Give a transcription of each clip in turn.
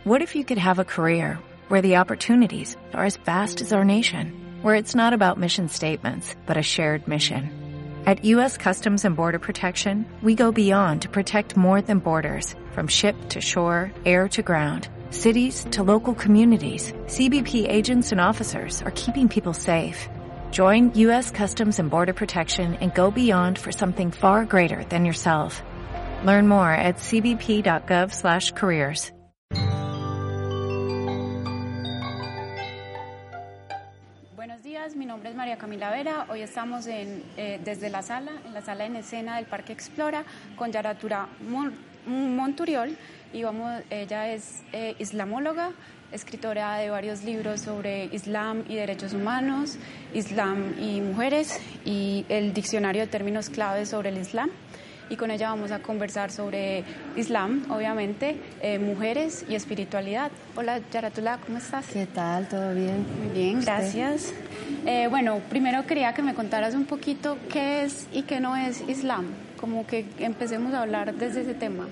What if you could have a career where the opportunities are as vast as our nation, where it's not about mission statements, but a shared mission? At U.S. Customs and Border Protection, we go beyond to protect more than borders, from ship to shore, air to ground, cities to local communities. CBP agents and officers are keeping people safe. Join U.S. Customs and Border Protection and go beyond for something far greater than yourself. Learn more at cbp.gov/careers. Buenos días, mi nombre es María Camila Vera. Hoy estamos desde la sala en escena del Parque Explora con Yaratura Monturiol y ella es islamóloga, escritora de varios libros sobre Islam y derechos humanos, Islam y mujeres y el diccionario de términos claves sobre el Islam. Y con ella vamos a conversar sobre Islam, obviamente, mujeres y espiritualidad. Hola, Yaratullah, ¿cómo estás? ¿Qué tal? ¿Todo bien? Muy bien, gracias. Bueno, primero quería que me contaras un poquito qué es y qué no es Islam, como que empecemos a hablar desde ese tema.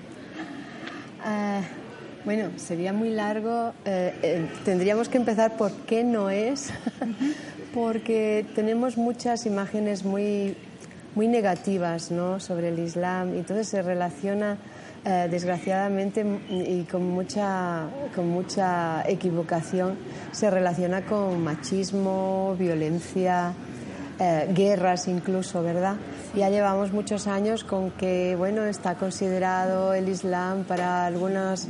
Bueno, sería muy largo. Tendríamos que empezar por qué no es, porque tenemos muchas imágenes muy negativas, ¿no?, sobre el Islam, y entonces se relaciona desgraciadamente y con mucha equivocación, se relaciona con machismo, violencia, guerras incluso, ¿verdad? Ya llevamos muchos años con que, bueno, está considerado el Islam para algunas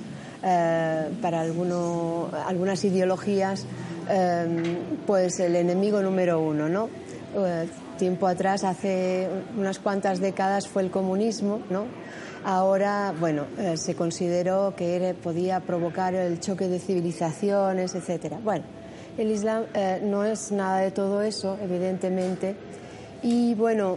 ideologías pues el enemigo número uno, ¿no? Tiempo atrás, hace unas cuantas décadas, fue el comunismo, ¿no? Ahora, bueno, se consideró que podía provocar el choque de civilizaciones, etcétera. Bueno, el Islam no es nada de todo eso, evidentemente. Y bueno,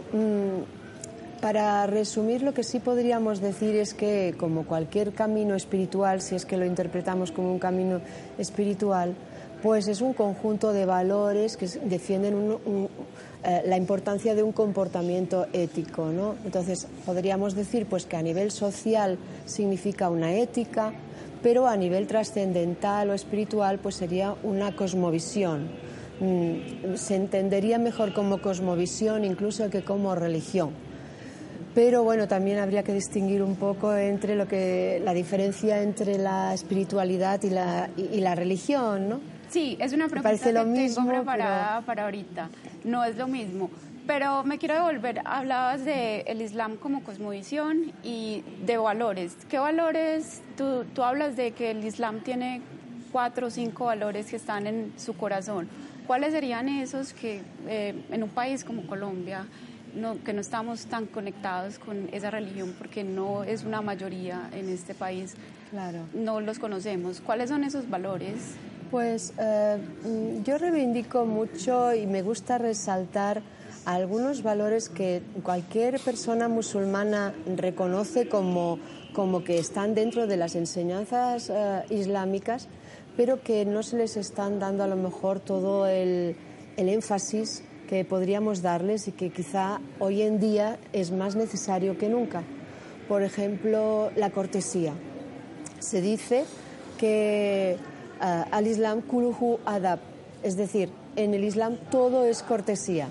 para resumir, lo que sí podríamos decir es que, como cualquier camino espiritual, si es que lo interpretamos como un camino espiritual, pues es un conjunto de valores que defienden la importancia de un comportamiento ético, ¿no? Entonces, podríamos decir pues que a nivel social significa una ética, pero a nivel trascendental o espiritual pues sería una cosmovisión. Se entendería mejor como cosmovisión incluso que como religión. Pero bueno, también habría que distinguir un poco entre la diferencia entre la espiritualidad y la religión, ¿no? Sí, es una pregunta que tengo preparada para ahorita. No es lo mismo. Pero me quiero devolver. Hablabas del Islam como cosmovisión y de valores. ¿Qué valores? Tú hablas de que el Islam tiene 4 o 5 valores que están en su corazón. ¿Cuáles serían esos que en un país como Colombia, que no estamos tan conectados con esa religión porque no es una mayoría en este país, claro, no los conocemos? ¿Cuáles son esos valores? Pues yo reivindico mucho y me gusta resaltar algunos valores que cualquier persona musulmana reconoce como que están dentro de las enseñanzas islámicas, pero que no se les están dando a lo mejor todo el énfasis que podríamos darles y que quizá hoy en día es más necesario que nunca. Por ejemplo, la cortesía. Se dice que al Islam kuluhu adab, es decir, en el Islam todo es cortesía.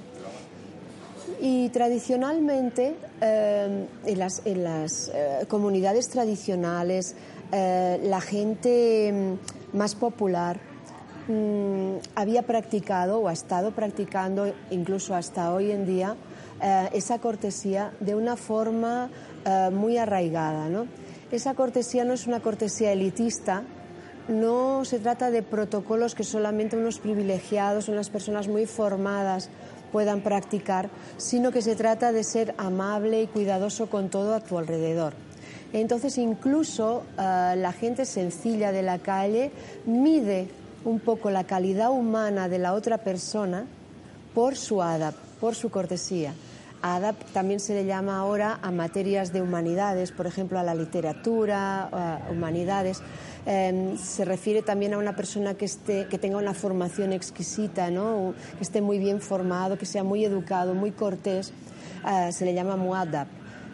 Y tradicionalmente en las comunidades tradicionales, la gente más popular había practicado o ha estado practicando incluso hasta hoy en día esa cortesía de una forma muy arraigada, ¿no? Esa cortesía no es una cortesía elitista. No se trata de protocolos que solamente unos privilegiados, unas personas muy formadas puedan practicar, sino que se trata de ser amable y cuidadoso con todo a tu alrededor. Entonces, incluso la gente sencilla de la calle mide un poco la calidad humana de la otra persona por su adab, por su cortesía. Adab también se le llama ahora a materias de humanidades, por ejemplo a la literatura, a humanidades. Se refiere también a una persona que tenga una formación exquisita, ¿no? Que esté muy bien formado, que sea muy educado, muy cortés. Se le llama muadab.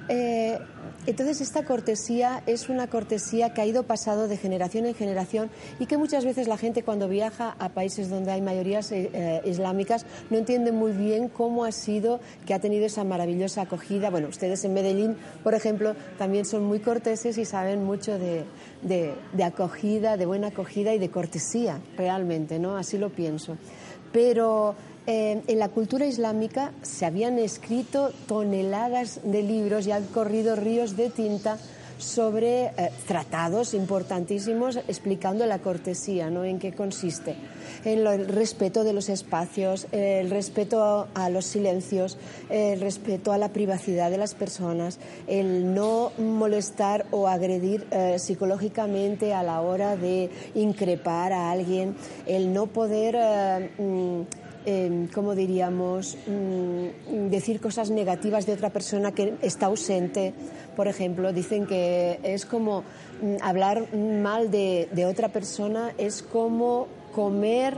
Entonces esta cortesía es una cortesía que ha ido pasado de generación en generación y que muchas veces la gente cuando viaja a países donde hay mayorías islámicas no entiende muy bien cómo ha sido que ha tenido esa maravillosa acogida. Bueno, ustedes en Medellín, por ejemplo, también son muy corteses y saben mucho de acogida, de buena acogida y de cortesía, realmente, ¿no? Así lo pienso. Pero en la cultura islámica se habían escrito toneladas de libros y han corrido ríos de tinta sobre tratados importantísimos explicando la cortesía, ¿no? En qué consiste. En el respeto de los espacios, el respeto a los silencios, el respeto a la privacidad de las personas, el no molestar o agredir psicológicamente a la hora de increpar a alguien, el no poder... ¿cómo diríamos? Decir cosas negativas de otra persona que está ausente. Por ejemplo, dicen que es como hablar mal de otra persona, es como comer,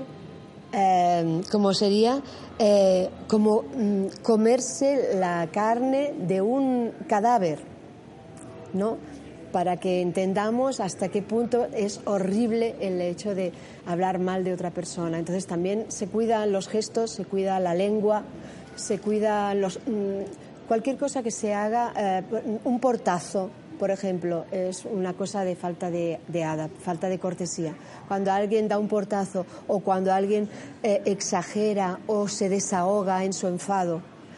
como sería, como comerse la carne de un cadáver, ¿no? Para que entendamos hasta qué punto es horrible el hecho de hablar mal de otra persona. Entonces también se cuidan los gestos, se cuida la lengua, se cuida cualquier cosa que se haga. Un portazo, por ejemplo, es una cosa de falta de adab, falta de cortesía. Cuando alguien da un portazo o cuando alguien exagera o se desahoga en su enfado,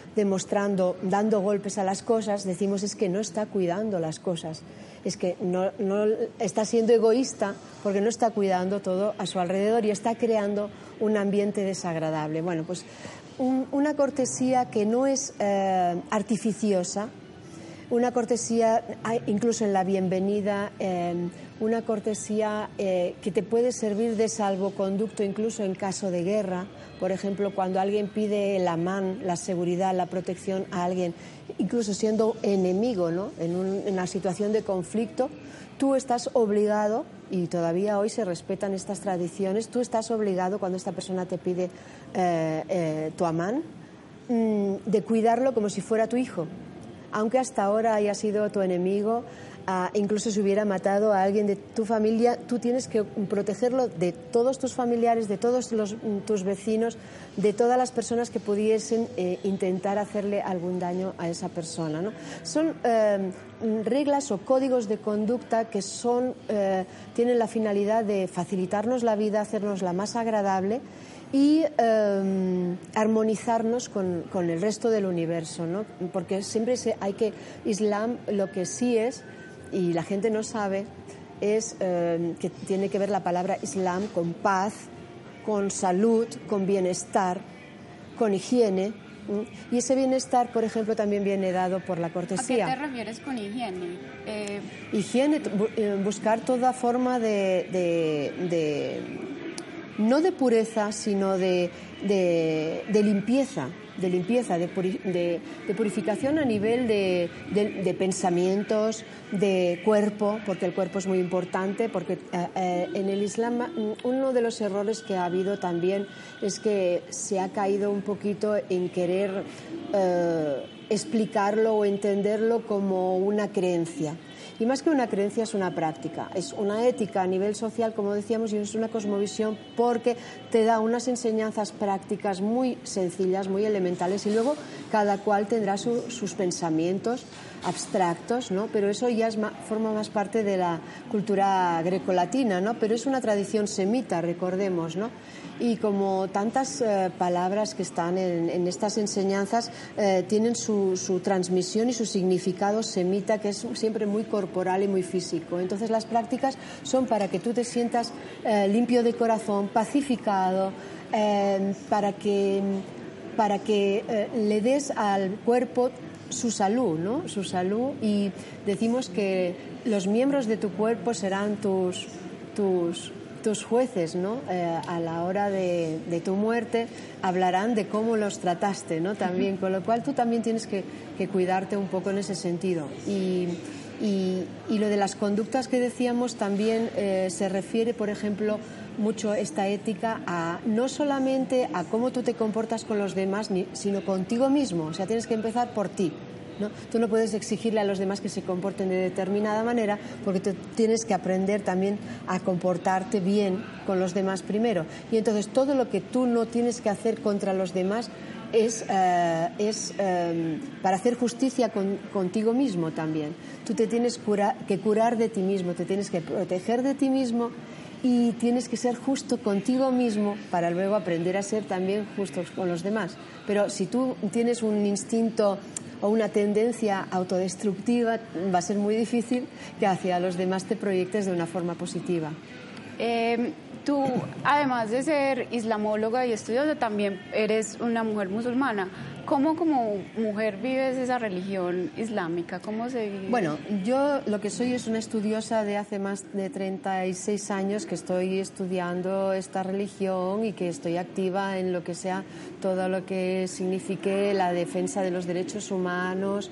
dando golpes a las cosas, decimos es que no está cuidando las cosas. Es que no está siendo egoísta porque no está cuidando todo a su alrededor y está creando un ambiente desagradable. Bueno, pues una cortesía que no es artificiosa, una cortesía incluso en la bienvenida, una cortesía que te puede servir de salvoconducto incluso en caso de guerra. Por ejemplo, cuando alguien pide el amán, la seguridad, la protección a alguien, incluso siendo enemigo, ¿no? En una situación de conflicto, tú estás obligado, y todavía hoy se respetan estas tradiciones, tú estás obligado cuando esta persona te pide tu amán, de cuidarlo como si fuera tu hijo. Aunque hasta ahora haya sido tu enemigo, incluso si hubiera matado a alguien de tu familia, tú tienes que protegerlo de todos tus familiares, de todos tus vecinos, de todas las personas que pudiesen intentar hacerle algún daño a esa persona, ¿no? Son reglas o códigos de conducta que tienen la finalidad de facilitarnos la vida, hacernosla más agradable y armonizarnos con el resto del universo, ¿no? Porque siempre Islam lo que sí es, y la gente no sabe, es que tiene que ver la palabra Islam con paz, con salud, con bienestar, con higiene. Y ese bienestar, por ejemplo, también viene dado por la cortesía. ¿A qué te refieres con higiene? Higiene, buscar toda forma no de pureza, sino de limpieza, de purificación a nivel de pensamientos, de cuerpo, porque el cuerpo es muy importante, porque en el Islam uno de los errores que ha habido también es que se ha caído un poquito en querer explicarlo o entenderlo como una creencia. Y más que una creencia es una práctica, es una ética a nivel social, como decíamos, y es una cosmovisión porque te da unas enseñanzas prácticas muy sencillas, muy elementales, y luego cada cual tendrá sus pensamientos abstractos, ¿no? Pero eso ya forma más parte de la cultura grecolatina, ¿no? Pero es una tradición semita, recordemos, ¿no? Y como tantas palabras que están en estas enseñanzas tienen su transmisión y su significado semita, que es siempre muy corporal y muy físico. Entonces las prácticas son para que tú te sientas limpio de corazón, pacificado, para que le des al cuerpo su salud, ¿no? Su salud, y decimos que los miembros de tu cuerpo serán tus jueces, ¿no? A la hora de tu muerte hablarán de cómo los trataste, ¿no? También, con lo cual tú también tienes que cuidarte un poco en ese sentido. Y lo de las conductas que decíamos también se refiere, por ejemplo, mucho esta ética no solamente a cómo tú te comportas con los demás, sino contigo mismo. O sea, tienes que empezar por ti. ¿no? Tú no puedes exigirle a los demás que se comporten de determinada manera, porque tú tienes que aprender también a comportarte bien con los demás primero. Y entonces todo lo que tú no tienes que hacer contra los demás es para hacer justicia contigo mismo también. Tú te tienes que curar de ti mismo, te tienes que proteger de ti mismo y tienes que ser justo contigo mismo para luego aprender a ser también justo con los demás. Pero si tú tienes un instinto o una tendencia autodestructiva, va a ser muy difícil que hacia los demás te proyectes de una forma positiva. Tú, además de ser islamóloga y estudiosa, también eres una mujer musulmana. ¿Cómo como mujer vives esa religión islámica? ¿Cómo se vive? Bueno, yo lo que soy es una estudiosa de hace más de 36 años que estoy estudiando esta religión y que estoy activa en lo que sea todo lo que signifique la defensa de los derechos humanos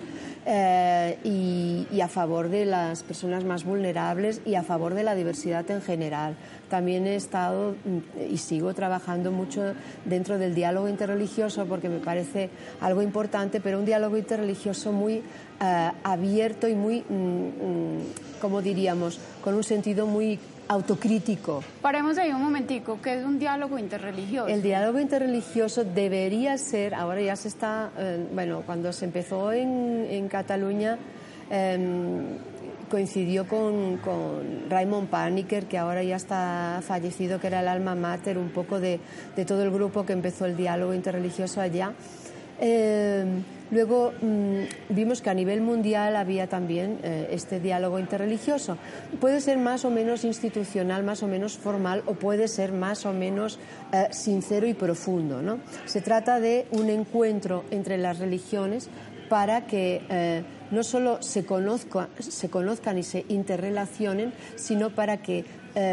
y a favor de las personas más vulnerables y a favor de la diversidad en general. También he estado y sigo trabajando mucho dentro del diálogo interreligioso porque me parece algo importante, pero un diálogo interreligioso muy abierto y muy, ¿cómo diríamos?, con un sentido muy autocrítico. Paremos ahí un momentico, ¿qué es un diálogo interreligioso? El diálogo interreligioso debería ser, ahora ya se está, cuando se empezó en Cataluña, coincidió con Raymond Paniker, que ahora ya está fallecido, que era el alma mater un poco de todo el grupo que empezó el diálogo interreligioso allá. Luego vimos que a nivel mundial había también este diálogo interreligioso. Puede ser más o menos institucional, más o menos formal, o puede ser más o menos sincero y profundo, ¿no? Se trata de un encuentro entre las religiones para que no solo se conozcan y se interrelacionen, sino para que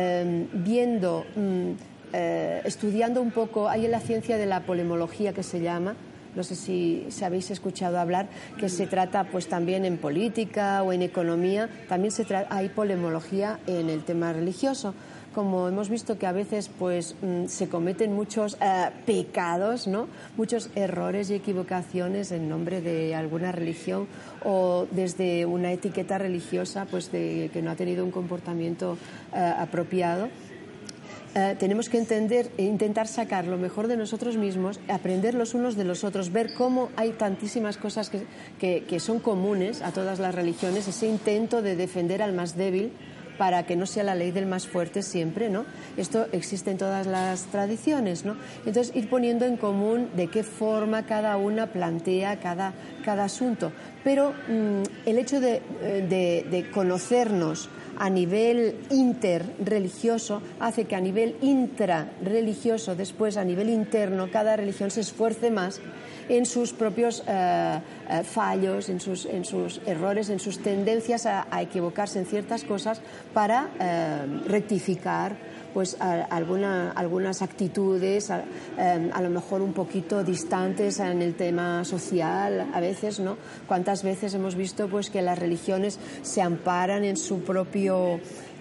estudiando un poco, hay en la ciencia de la polemología que se llama, no sé si habéis escuchado hablar, que se trata pues también en política o en economía, también hay polemología en el tema religioso. Como hemos visto que a veces pues se cometen muchos pecados, ¿no?, muchos errores y equivocaciones en nombre de alguna religión o desde una etiqueta religiosa pues que no ha tenido un comportamiento apropiado. Tenemos que entender e intentar sacar lo mejor de nosotros mismos, aprender los unos de los otros, ver cómo hay tantísimas cosas que son comunes a todas las religiones, ese intento de defender al más débil para que no sea la ley del más fuerte siempre, ¿no? Esto existe en todas las tradiciones, ¿no? Entonces, ir poniendo en común de qué forma cada una plantea cada asunto. Pero el hecho de conocernos a nivel interreligioso hace que a nivel intrarreligioso, después a nivel interno, cada religión se esfuerce más en sus propios fallos, en sus errores, en sus tendencias a equivocarse en ciertas cosas para rectificar pues algunas actitudes a lo mejor un poquito distantes en el tema social a veces, ¿no? Cuántas veces hemos visto pues que las religiones se amparan en su propio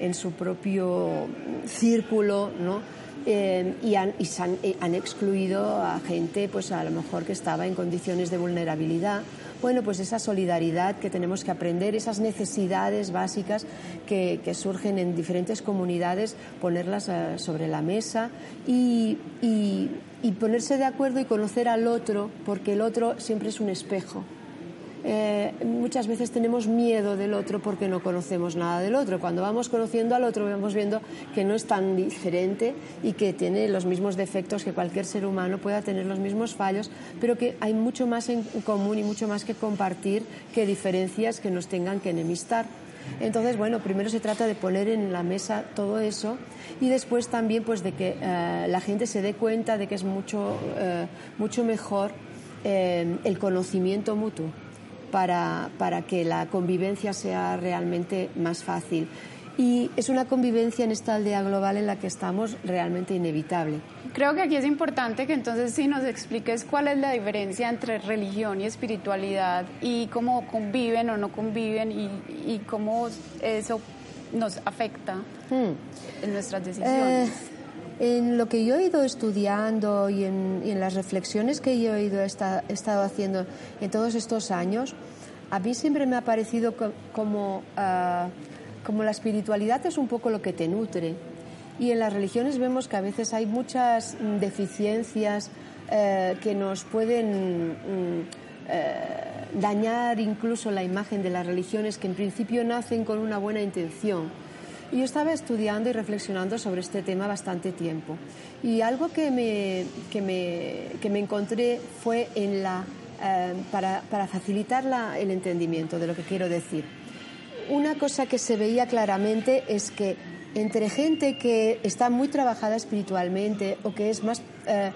círculo, ¿no? Y han excluido a gente pues a lo mejor que estaba en condiciones de vulnerabilidad. Bueno, pues esa solidaridad que tenemos que aprender, esas necesidades básicas que surgen en diferentes comunidades, ponerlas sobre la mesa y ponerse de acuerdo y conocer al otro, porque el otro siempre es un espejo. Muchas veces tenemos miedo del otro porque no conocemos nada del otro. Cuando vamos conociendo al otro vamos viendo que no es tan diferente y que tiene los mismos defectos que cualquier ser humano, pueda tener los mismos fallos, pero que hay mucho más en común y mucho más que compartir que diferencias que nos tengan que enemistar. Entonces, bueno, primero se trata de poner en la mesa todo eso y después también pues de que la gente se dé cuenta de que es mucho mejor el conocimiento mutuo para que la convivencia sea realmente más fácil. Y es una convivencia en esta aldea global en la que estamos realmente inevitable. Creo que aquí es importante que entonces sí nos expliques cuál es la diferencia entre religión y espiritualidad y cómo conviven o no conviven y cómo eso nos afecta en nuestras decisiones. En lo que yo he ido estudiando y en las reflexiones que yo he estado haciendo en todos estos años, a mí siempre me ha parecido como la espiritualidad es un poco lo que te nutre. Y en las religiones vemos que a veces hay muchas deficiencias que nos pueden dañar incluso la imagen de las religiones, que en principio nacen con una buena intención. Y yo estaba estudiando y reflexionando sobre este tema bastante tiempo. Y algo que me encontré fue en para facilitar el entendimiento de lo que quiero decir. Una cosa que se veía claramente es que entre gente que está muy trabajada espiritualmente o que es más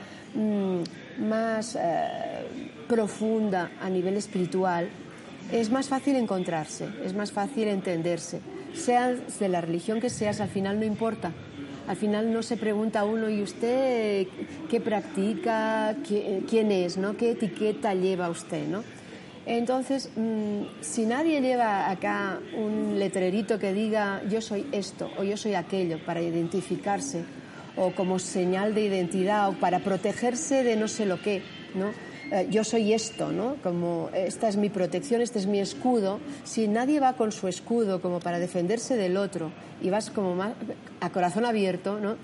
profunda a nivel espiritual, es más fácil encontrarse, es más fácil entenderse. Seas de la religión que seas, al final no importa. Al final no se pregunta uno, ¿y usted qué practica? ¿Quién es? ¿No? ¿Qué etiqueta lleva usted? ¿No? Entonces, si nadie lleva acá un letrerito que diga yo soy esto o yo soy aquello para identificarse o como señal de identidad o para protegerse de no sé lo qué, ¿no? Yo soy esto, ¿no? Como esta es mi protección, este es mi escudo. Si nadie va con su escudo como para defenderse del otro y vas como más a corazón abierto, ¿no?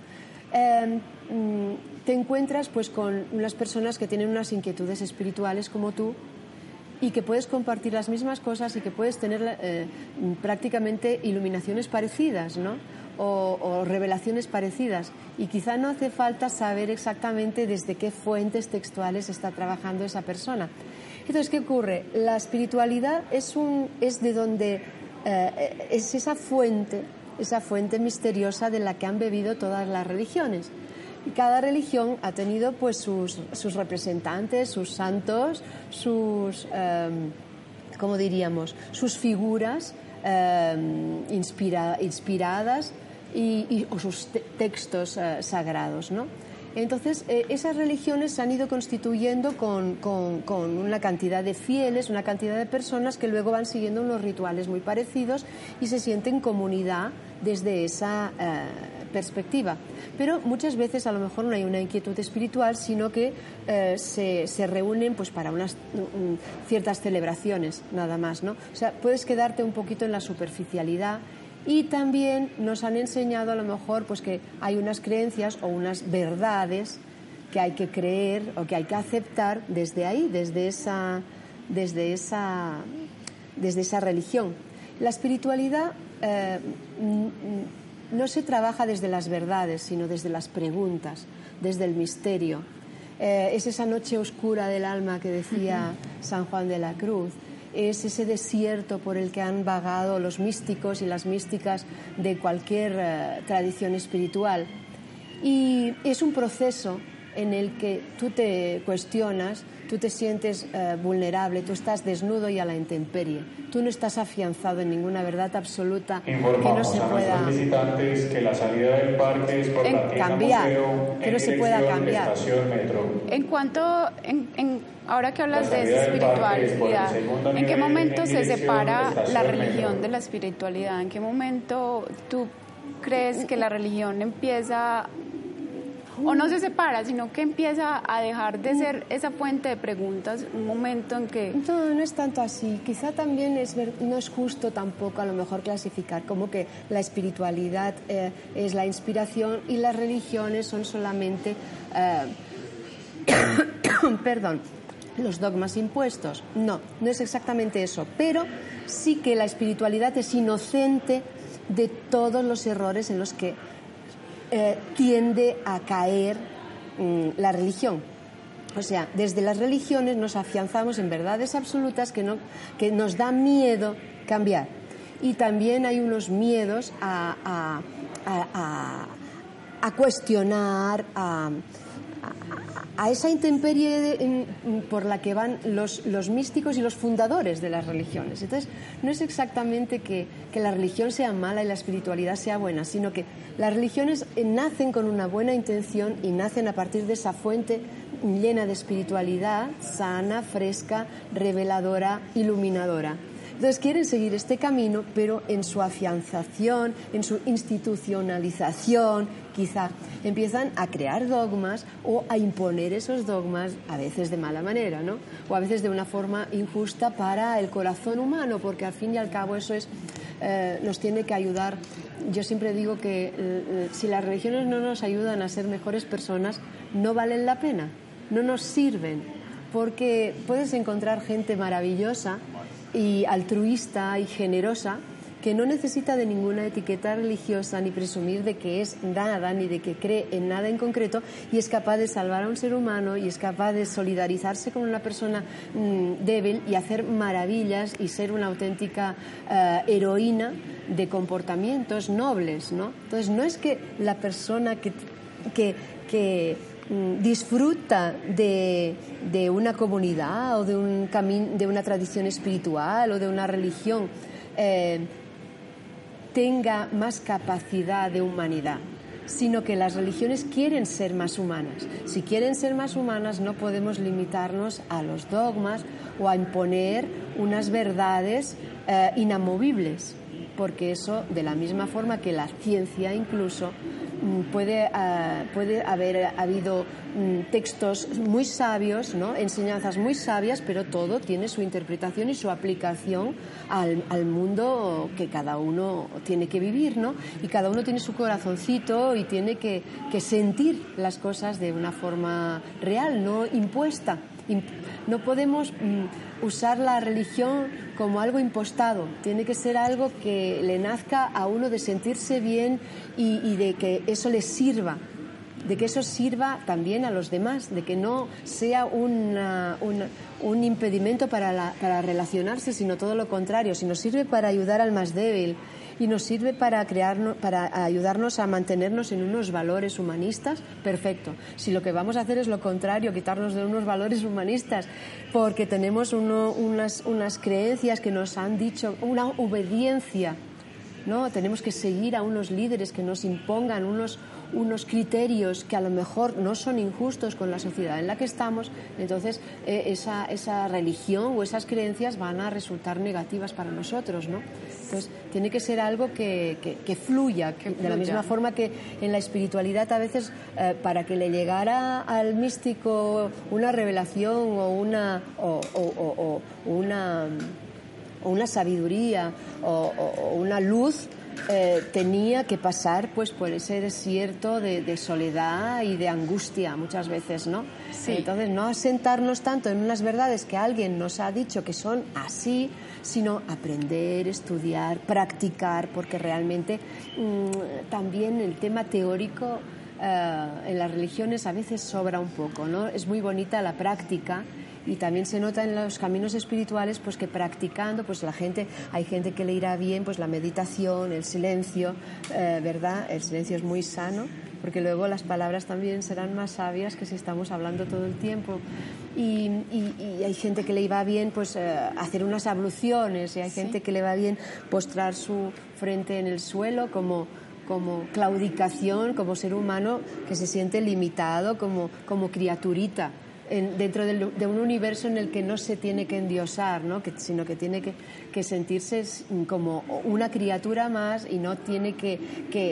Te encuentras pues con unas personas que tienen unas inquietudes espirituales como tú y que puedes compartir las mismas cosas y que puedes tener prácticamente iluminaciones parecidas, ¿no? O revelaciones parecidas, y quizá no hace falta saber exactamente desde qué fuentes textuales está trabajando esa persona. Entonces, ¿qué ocurre? La espiritualidad es de donde es esa fuente misteriosa de la que han bebido todas las religiones. Y cada religión ha tenido pues sus representantes, sus santos, sus ¿cómo diríamos? Sus figuras inspiradas o sus textos sagrados, ¿no? Entonces, esas religiones se han ido constituyendo con una cantidad de fieles, una cantidad de personas que luego van siguiendo unos rituales muy parecidos y se sienten comunidad desde esa perspectiva. Pero muchas veces a lo mejor no hay una inquietud espiritual, sino que se reúnen pues para unas ciertas celebraciones, nada más, ¿no? O sea, puedes quedarte un poquito en la superficialidad. Y también nos han enseñado a lo mejor pues que hay unas creencias o unas verdades que hay que creer o que hay que aceptar desde ahí, desde esa religión. La espiritualidad no se trabaja desde las verdades, sino desde las preguntas, desde el misterio. Es esa noche oscura del alma que decía San Juan de la Cruz. Es ese desierto por el que han vagado los místicos y las místicas de cualquier tradición espiritual. Y es un proceso en el que tú te cuestionas, tú te sientes vulnerable, tú estás desnudo y a la intemperie. Tú no estás afianzado en ninguna verdad absoluta. Informamos que no se a pueda nuestros visitantes que la salida del parque es por la tienda museo que no se pueda cambiar. Estación Metro. En cuanto, ahora que hablas de esa espiritualidad, ¿en qué momento se separa la religión de la espiritualidad? ¿En qué momento tú crees que la religión empieza, o no se separa, sino que empieza a dejar de ser esa fuente de preguntas, un momento en que... No es tanto así. Quizá también no es justo tampoco a lo mejor clasificar como que la espiritualidad es la inspiración y las religiones son solamente perdón, los dogmas impuestos. No es exactamente eso, pero sí que la espiritualidad es inocente de todos los errores en los que tiende a caer la religión. O sea, desde las religiones nos afianzamos en verdades absolutas que nos da miedo cambiar. Y también hay unos miedos a cuestionar, a esa intemperie por la que van los místicos y los fundadores de las religiones. Entonces, no es exactamente que la religión sea mala y la espiritualidad sea buena, sino que las religiones nacen con una buena intención y nacen a partir de esa fuente llena de espiritualidad, sana, fresca, reveladora, iluminadora. Entonces quieren seguir este camino, pero en su afianzación, en su institucionalización, quizá empiezan a crear dogmas o a imponer esos dogmas, a veces de mala manera, ¿no? O a veces de una forma injusta para el corazón humano, porque al fin y al cabo eso es, nos tiene que ayudar. Yo siempre digo que si las religiones no nos ayudan a ser mejores personas, no valen la pena, no nos sirven, porque puedes encontrar gente maravillosa y altruista y generosa que no necesita de ninguna etiqueta religiosa ni presumir de que es nada ni de que cree en nada en concreto y es capaz de salvar a un ser humano y es capaz de solidarizarse con una persona débil y hacer maravillas y ser una auténtica heroína de comportamientos nobles, ¿no? Entonces no es que la persona que disfruta de una comunidad o de un camino, de una tradición espiritual o de una religión tenga más capacidad de humanidad, sino que las religiones quieren ser más humanas. Si quieren ser más humanas, no podemos limitarnos a los dogmas o a imponer unas verdades inamovibles, porque eso, de la misma forma que la ciencia incluso, puede haber habido textos muy sabios, ¿no? Enseñanzas muy sabias, pero todo tiene su interpretación y su aplicación al mundo que cada uno tiene que vivir, ¿no? Y cada uno tiene su corazoncito y tiene que sentir las cosas de una forma real, no impuesta. No podemos usar la religión como algo impostado, tiene que ser algo que le nazca a uno de sentirse bien y de que eso le sirva, de que eso sirva también a los demás, de que no sea un impedimento para relacionarse, sino todo lo contrario, si nos sirve para ayudar al más débil y nos sirve para ayudarnos a mantenernos en unos valores humanistas, perfecto. Si lo que vamos a hacer es lo contrario, quitarnos de unos valores humanistas, porque tenemos unas creencias que nos han dicho, una obediencia, ¿no? Tenemos que seguir a unos líderes que nos impongan unos criterios que a lo mejor no son injustos con la sociedad en la que estamos, entonces esa religión o esas creencias van a resultar negativas para nosotros, ¿no? Entonces tiene que ser algo que fluya, de la misma forma que en la espiritualidad a veces para que le llegara al místico una revelación o una sabiduría o una luz, tenía que pasar pues por ese desierto de soledad y de angustia muchas veces, ¿no? Sí. Entonces no asentarnos tanto en unas verdades que alguien nos ha dicho que son así, sino aprender, estudiar, practicar, porque realmente también el tema teórico en las religiones a veces sobra un poco, ¿no? Es muy bonita la práctica. Y también se nota en los caminos espirituales pues que practicando pues hay gente que le irá bien pues la meditación, el silencio, ¿verdad? El silencio es muy sano porque luego las palabras también serán más sabias que si estamos hablando todo el tiempo y hay gente que le va bien pues hacer unas abluciones y hay gente que le va bien postrar su frente en el suelo como claudicación, como ser humano que se siente limitado, como criaturita. Dentro de un universo en el que no se tiene que endiosar, ¿no? Sino que tiene que sentirse como una criatura más y no tiene que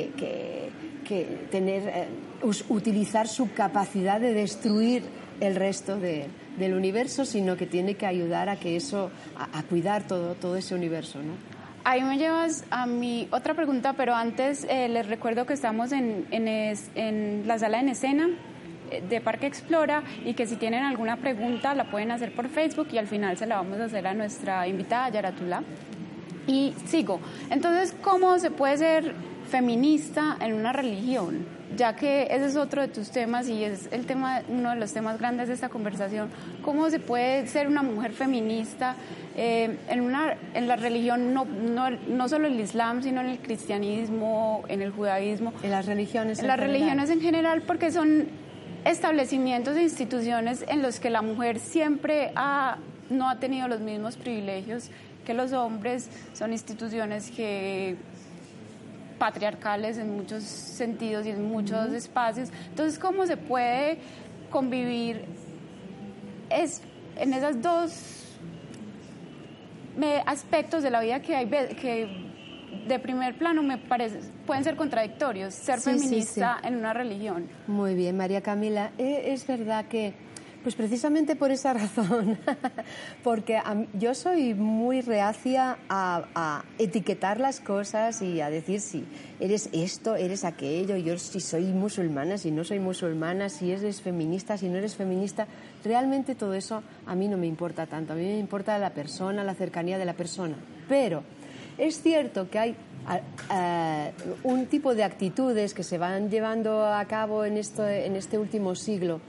utilizar su capacidad de destruir el resto del universo, sino que tiene que ayudar a que eso, a cuidar todo ese universo, ¿no? Ahí me llevas a mi otra pregunta, pero antes les recuerdo que estamos en la sala en escena de Parque Explora y que si tienen alguna pregunta la pueden hacer por Facebook y al final se la vamos a hacer a nuestra invitada Yaratulá. Y sigo. Entonces, ¿cómo se puede ser feminista en una religión? Ya que ese es otro de tus temas y es uno de los temas grandes de esta conversación. ¿Cómo se puede ser una mujer feminista en la religión, no solo el Islam, sino en el cristianismo, en el judaísmo? En las religiones. En las religiones en general, porque son establecimientos e instituciones en los que la mujer siempre no ha tenido los mismos privilegios que los hombres, son instituciones patriarcales en muchos sentidos y en muchos espacios. Entonces, ¿cómo se puede convivir en esas dos aspectos de la vida que de primer plano me parece pueden ser contradictorios, ser feminista en una religión. Muy bien, María Camila, es verdad que pues precisamente por esa razón, porque yo soy muy reacia a etiquetar las cosas y a decir si eres esto, eres aquello, yo si soy musulmana, si no soy musulmana, si eres feminista, si no eres feminista. Realmente todo eso a mí no me importa tanto, a mí me importa la persona, la cercanía de la persona. Pero es cierto que hay un tipo de actitudes que se van llevando a cabo en este último siglo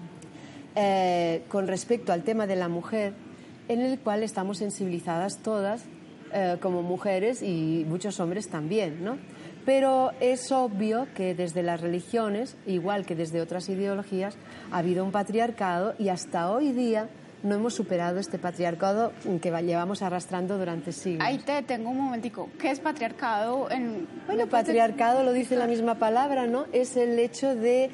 con respecto al tema de la mujer, en el cual estamos sensibilizadas todas como mujeres y muchos hombres también, ¿no? Pero es obvio que desde las religiones, igual que desde otras ideologías, ha habido un patriarcado y hasta hoy día no hemos superado este patriarcado que llevamos arrastrando durante siglos. Ahí te detengo un momentico. ¿Qué es patriarcado? Bueno, patriarcado lo dice la misma palabra, ¿no? Es el hecho de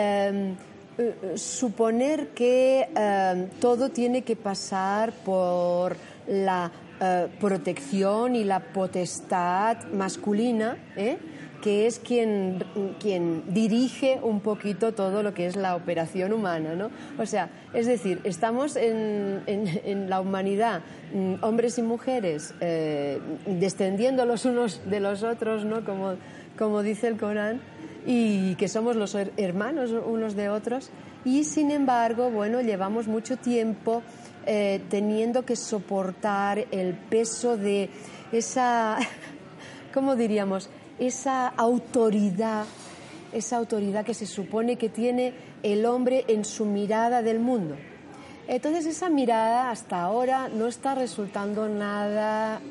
suponer que todo tiene que pasar por la protección y la potestad masculina, que es quien dirige un poquito todo lo que es la operación humana, ¿no? O sea, es decir, estamos en la humanidad, hombres y mujeres, descendiendo los unos de los otros, ¿no? Como dice el Corán, y que somos los hermanos unos de otros, y sin embargo, bueno, llevamos mucho tiempo teniendo que soportar el peso de esa, ¿cómo diríamos?, esa autoridad que se supone que tiene el hombre en su mirada del mundo. Entonces esa mirada hasta ahora no está resultando nada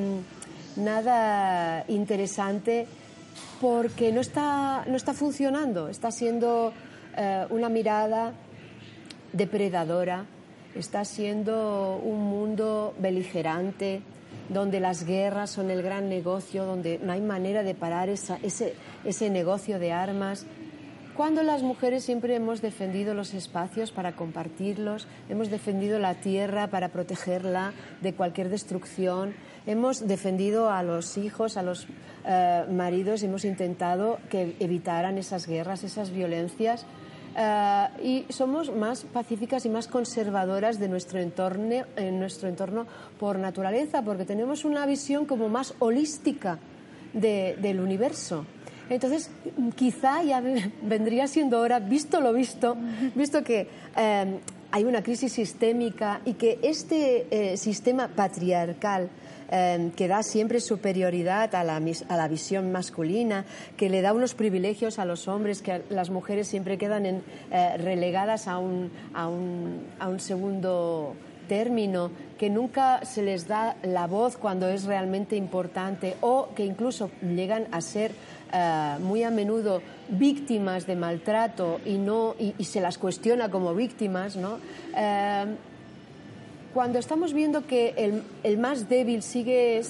interesante, porque no está funcionando, está siendo una mirada depredadora, está siendo un mundo beligerante, donde las guerras son el gran negocio, donde no hay manera de parar ese negocio de armas. Cuando las mujeres siempre hemos defendido los espacios para compartirlos, hemos defendido la tierra para protegerla de cualquier destrucción, hemos defendido a los hijos, a los maridos, hemos intentado que evitaran esas guerras, esas violencias, y somos más pacíficas y más conservadoras de nuestro entorno por naturaleza, porque tenemos una visión como más holística del universo. Entonces, quizá ya vendría siendo hora, visto que hay una crisis sistémica y que este sistema patriarcal que da siempre superioridad a la visión masculina, que le da unos privilegios a los hombres, que las mujeres siempre quedan relegadas a un segundo término, que nunca se les da la voz cuando es realmente importante, o que incluso llegan a ser muy a menudo víctimas de maltrato y se las cuestiona como víctimas, ¿no? Cuando estamos viendo que el más débil sigue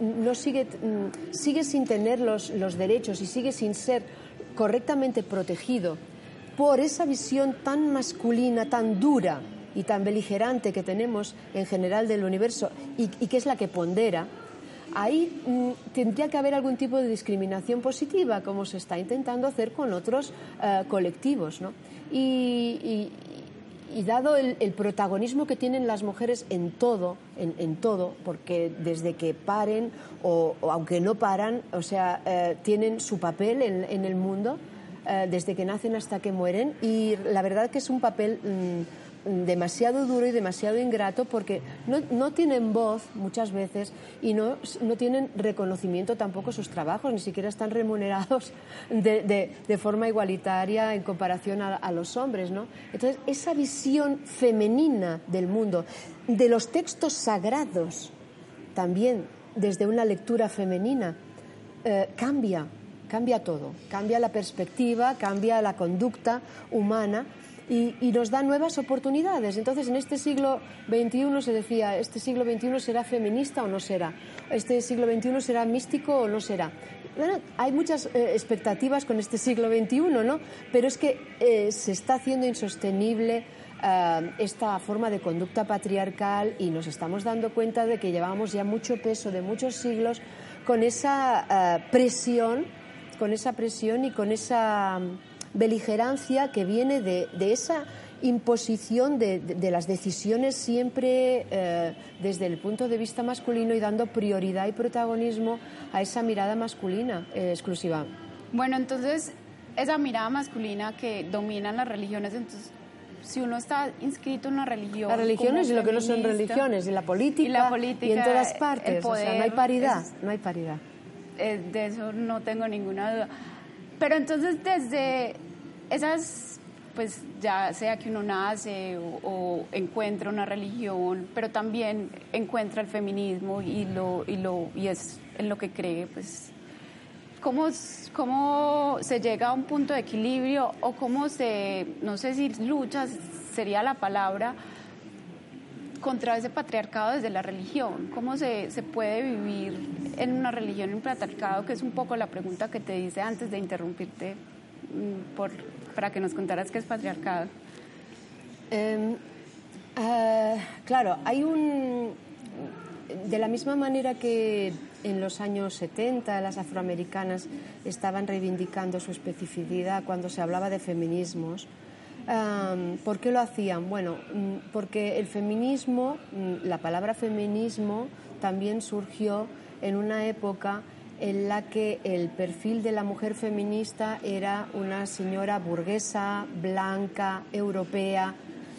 sin tener los derechos y sigue sin ser correctamente protegido por esa visión tan masculina, tan dura y tan beligerante que tenemos en general del universo y que es la que pondera, ahí tendría que haber algún tipo de discriminación positiva, como se está intentando hacer con otros colectivos, ¿no? Y dado el protagonismo que tienen las mujeres en todo, porque desde que paren o aunque no paran, o sea, tienen su papel en el mundo, desde que nacen hasta que mueren, y la verdad que es un papel demasiado duro y demasiado ingrato, porque no tienen voz muchas veces y no tienen reconocimiento tampoco sus trabajos, ni siquiera están remunerados de forma igualitaria en comparación a los hombres, ¿no? Entonces, esa visión femenina del mundo, de los textos sagrados, también desde una lectura femenina, cambia todo, cambia la perspectiva, cambia la conducta humana. y nos da nuevas oportunidades. Entonces, en este siglo XXI se decía, este siglo XXI será feminista o no será, este siglo XXI será místico o no será. Bueno, hay muchas expectativas con este siglo XXI, ¿no? Pero es que se está haciendo insostenible esta forma de conducta patriarcal y nos estamos dando cuenta de que llevamos ya mucho peso de muchos siglos con esa presión y con esa beligerancia que viene de esa imposición de las decisiones siempre desde el punto de vista masculino y dando prioridad y protagonismo a esa mirada masculina exclusiva. Bueno, entonces, esa mirada masculina que domina las religiones, entonces, si uno está inscrito en una religión... Las religiones y lo que no son religiones, y la política y en todas partes, poder, o sea, no hay paridad, no hay paridad. De eso no tengo ninguna duda. Pero entonces, desde esas, pues ya sea que uno nace o encuentra una religión, pero también encuentra el feminismo y es en lo que cree, pues... ¿Cómo se llega a un punto de equilibrio o cómo no sé si lucha sería la palabra, contra ese patriarcado desde la religión? ¿Cómo se puede vivir en una religión, en un patriarcado? Que es un poco la pregunta que te hice antes de interrumpirte para que nos contaras qué es patriarcado. Claro, hay de la misma manera que en los años 70 las afroamericanas estaban reivindicando su especificidad cuando se hablaba de feminismos. ¿Por qué lo hacían? Bueno, porque el feminismo, la palabra feminismo también surgió en una época en la que el perfil de la mujer feminista era una señora burguesa, blanca, europea,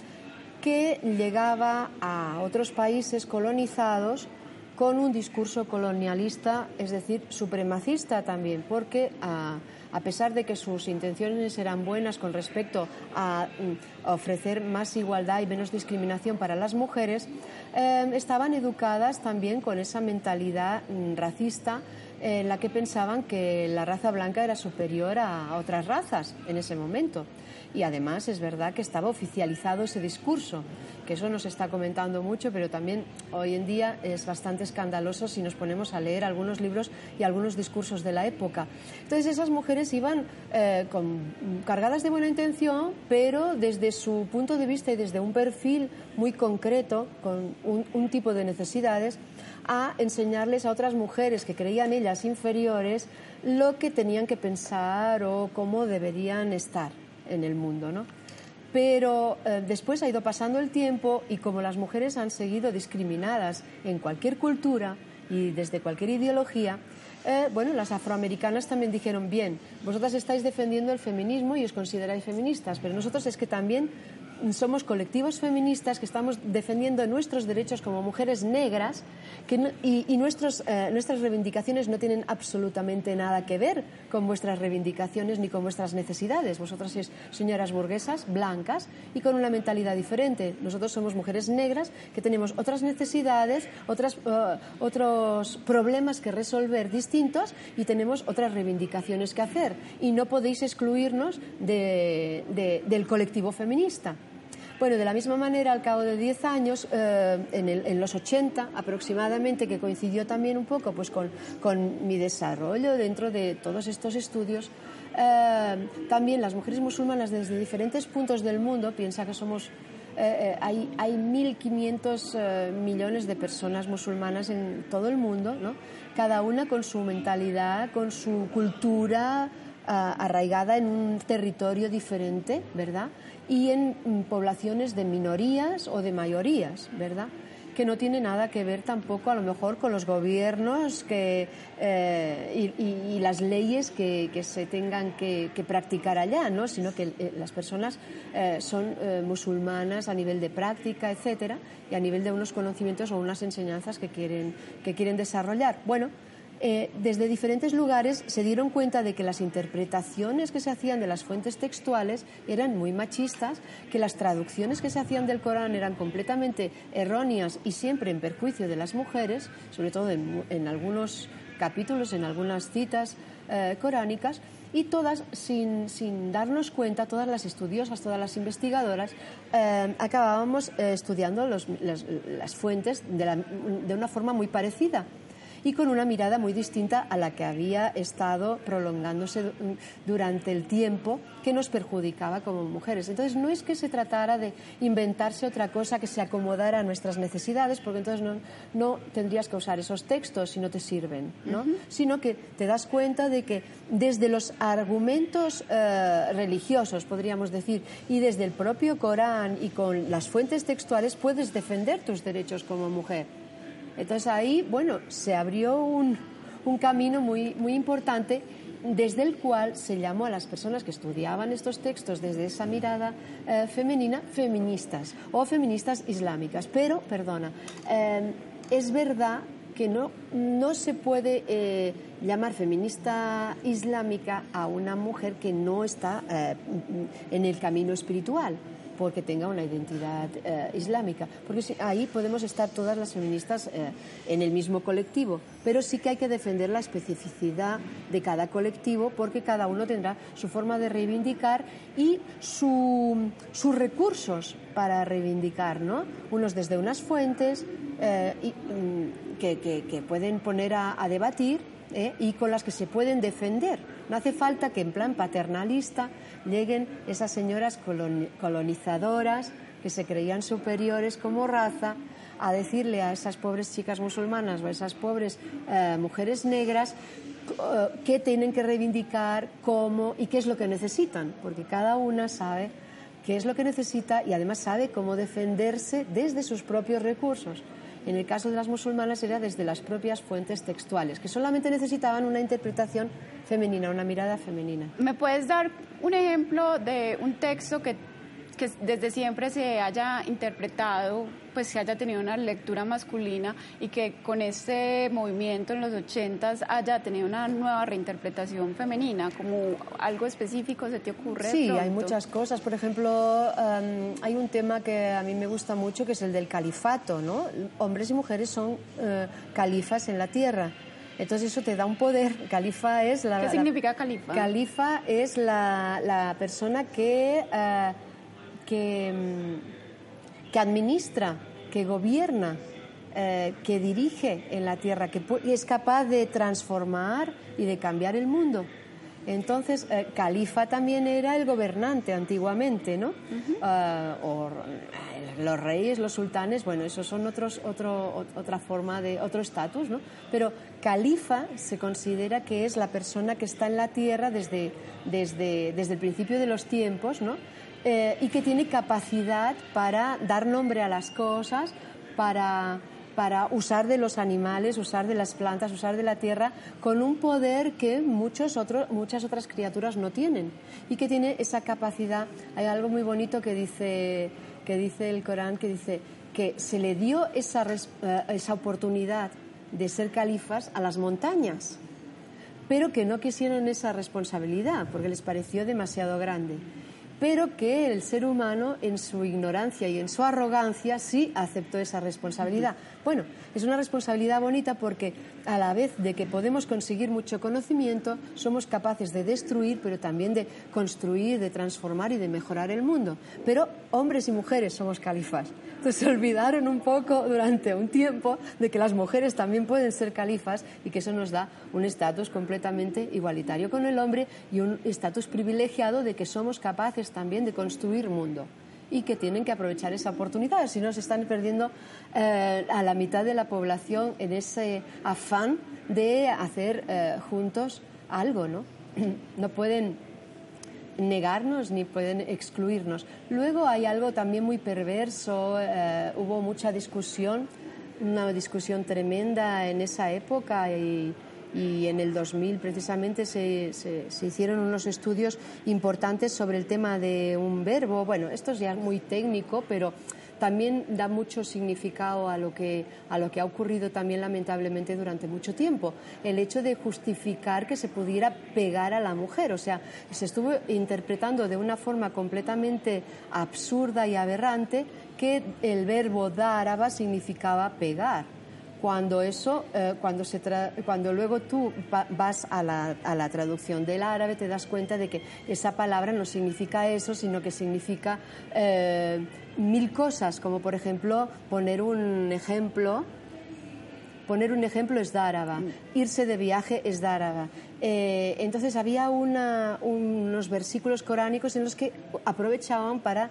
que llegaba a otros países colonizados con un discurso colonialista, es decir, supremacista también, porque a pesar de que sus intenciones eran buenas con respecto a ofrecer más igualdad y menos discriminación para las mujeres, estaban educadas también con esa mentalidad racista en la que pensaban que la raza blanca era superior a otras razas en ese momento. Y además es verdad que estaba oficializado ese discurso, que eso no se está comentando mucho, pero también hoy en día es bastante escandaloso si nos ponemos a leer algunos libros y algunos discursos de la época. Entonces esas mujeres iban cargadas de buena intención, pero desde su punto de vista y desde un perfil muy concreto, con un tipo de necesidades, a enseñarles a otras mujeres que creían ellas inferiores lo que tenían que pensar o cómo deberían estar en el mundo, ¿no? Pero después ha ido pasando el tiempo y como las mujeres han seguido discriminadas en cualquier cultura y desde cualquier ideología, bueno, las afroamericanas también dijeron, bien, vosotras estáis defendiendo el feminismo y os consideráis feministas, pero nosotros es que también somos colectivos feministas que estamos defendiendo nuestros derechos como mujeres negras y nuestras reivindicaciones no tienen absolutamente nada que ver con vuestras reivindicaciones ni con vuestras necesidades. Vosotras sois señoras burguesas, blancas y con una mentalidad diferente. Nosotros somos mujeres negras que tenemos otras necesidades, otros problemas que resolver distintos y tenemos otras reivindicaciones que hacer y no podéis excluirnos del colectivo feminista. Bueno, de la misma manera, al cabo de 10 años, en los 80 aproximadamente, que coincidió también un poco pues, con mi desarrollo dentro de todos estos estudios, también las mujeres musulmanas desde diferentes puntos del mundo, piensa que somos... hay 1.500 millones de personas musulmanas en todo el mundo, ¿no? Cada una con su mentalidad, con su cultura arraigada en un territorio diferente, ¿verdad? Y en poblaciones de minorías o de mayorías, ¿verdad? Que no tiene nada que ver tampoco a lo mejor con los gobiernos y las leyes que se tengan que practicar allá, ¿no? Sino que las personas son musulmanas a nivel de práctica, etcétera, y a nivel de unos conocimientos o unas enseñanzas que quieren desarrollar. Bueno, desde diferentes lugares se dieron cuenta de que las interpretaciones que se hacían de las fuentes textuales eran muy machistas, que las traducciones que se hacían del Corán eran completamente erróneas y siempre en perjuicio de las mujeres, sobre todo en algunos capítulos, en algunas citas coránicas, Y todas, sin darnos cuenta, todas las estudiosas, todas las investigadoras, acabábamos estudiando las fuentes de una forma muy parecida y con una mirada muy distinta a la que había estado prolongándose durante el tiempo, que nos perjudicaba como mujeres. Entonces no es que se tratara de inventarse otra cosa que se acomodara a nuestras necesidades, porque entonces no tendrías que usar esos textos si no te sirven, ¿no? Sino que te das cuenta de que desde los argumentos religiosos, podríamos decir, y desde el propio Corán y con las fuentes textuales puedes defender tus derechos como mujer. Entonces ahí, bueno, se abrió un camino muy, muy importante desde el cual se llamó a las personas que estudiaban estos textos desde esa mirada femenina, feministas o feministas islámicas. Pero, perdona, es verdad que no se puede llamar feminista islámica a una mujer que no está en el camino espiritual, porque tenga una identidad islámica, porque ahí podemos estar todas las feministas en el mismo colectivo, pero sí que hay que defender la especificidad de cada colectivo, porque cada uno tendrá su forma de reivindicar y sus recursos para reivindicar, ¿no? Unos desde unas fuentes que pueden poner a debatir, y con las que se pueden defender. No hace falta que en plan paternalista lleguen esas señoras colonizadoras que se creían superiores como raza a decirle a esas pobres chicas musulmanas o a esas pobres mujeres negras qué tienen que reivindicar, cómo y qué es lo que necesitan, porque cada una sabe qué es lo que necesita y además sabe cómo defenderse desde sus propios recursos. En el caso de las musulmanas era desde las propias fuentes textuales, que solamente necesitaban una interpretación femenina, una mirada femenina. ¿Me puedes dar un ejemplo de un texto que desde siempre se haya interpretado, pues se haya tenido una lectura masculina y que con este movimiento en los 80s haya tenido una nueva reinterpretación femenina? ¿Como algo específico se te ocurre? Sí, hay muchas cosas. Por ejemplo, hay un tema que a mí me gusta mucho, que es el del califato, ¿no? Hombres y mujeres son califas en la tierra. Entonces eso te da un poder. Califa es ¿Qué significa califa? Califa es la persona que administra, que gobierna, que dirige en la tierra, que es capaz de transformar y de cambiar el mundo. Entonces, califa también era el gobernante antiguamente, ¿no? Los reyes, los sultanes, bueno, esos son otra forma de otro estatus, ¿no? Pero califa se considera que es la persona que está en la tierra desde el principio de los tiempos, ¿no? Y que tiene capacidad para dar nombre a las cosas, para usar de los animales, usar de las plantas, usar de la tierra, con un poder que muchas otras criaturas no tienen, y que tiene esa capacidad. Hay algo muy bonito que dice el Corán, que dice que se le dio esa oportunidad de ser califas a las montañas, pero que no quisieron esa responsabilidad porque les pareció demasiado grande, pero que el ser humano, en su ignorancia y en su arrogancia, sí aceptó esa responsabilidad. Bueno, es una responsabilidad bonita porque a la vez de que podemos conseguir mucho conocimiento, somos capaces de destruir, pero también de construir, de transformar y de mejorar el mundo. Pero hombres y mujeres somos califas. Entonces se olvidaron un poco durante un tiempo de que las mujeres también pueden ser califas y que eso nos da un estatus completamente igualitario con el hombre y un estatus privilegiado de que somos capaces también de construir mundo, y que tienen que aprovechar esa oportunidad, si no se están perdiendo a la mitad de la población en ese afán de hacer juntos algo, ¿no? No pueden negarnos ni pueden excluirnos. Luego hay algo también muy perverso, hubo mucha discusión, una discusión tremenda en esa época, y en el 2000 precisamente se hicieron unos estudios importantes sobre el tema de un verbo. Bueno, esto es ya muy técnico, pero también da mucho significado a lo que ha ocurrido también lamentablemente durante mucho tiempo. El hecho de justificar que se pudiera pegar a la mujer, o sea, se estuvo interpretando de una forma completamente absurda y aberrante que el verbo daraba significaba pegar, Cuando luego tú vas a la traducción del árabe, te das cuenta de que esa palabra no significa eso, sino que significa mil cosas, como por ejemplo poner un ejemplo es dáraba, irse de viaje es dáraba. Entonces había unos versículos coránicos en los que aprovechaban para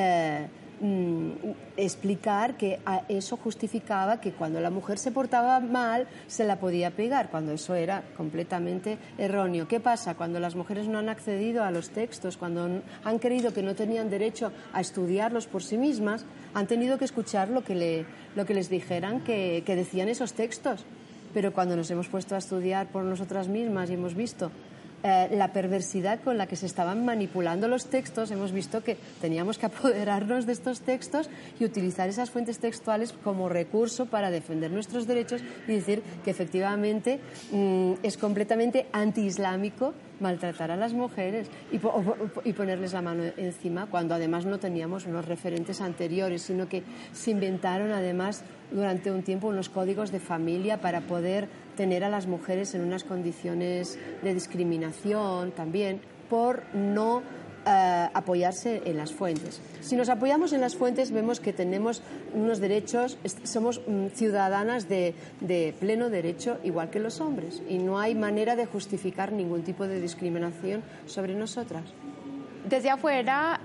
explicar que eso justificaba que cuando la mujer se portaba mal se la podía pegar, cuando eso era completamente erróneo. ¿Qué pasa? Cuando las mujeres no han accedido a los textos, cuando han creído que no tenían derecho a estudiarlos por sí mismas, han tenido que escuchar lo que les dijeran que decían esos textos. Pero cuando nos hemos puesto a estudiar por nosotras mismas y hemos visto la perversidad con la que se estaban manipulando los textos, hemos visto que teníamos que apoderarnos de estos textos y utilizar esas fuentes textuales como recurso para defender nuestros derechos y decir que efectivamente es completamente antiislámico maltratar a las mujeres y ponerles la mano encima, cuando además no teníamos unos referentes anteriores, sino que se inventaron además durante un tiempo unos códigos de familia para poder tener a las mujeres en unas condiciones de discriminación también por no apoyarse en las fuentes. Si nos apoyamos en las fuentes vemos que tenemos unos derechos, somos ciudadanas de pleno derecho igual que los hombres y no hay manera de justificar ningún tipo de discriminación sobre nosotras. Desde afuera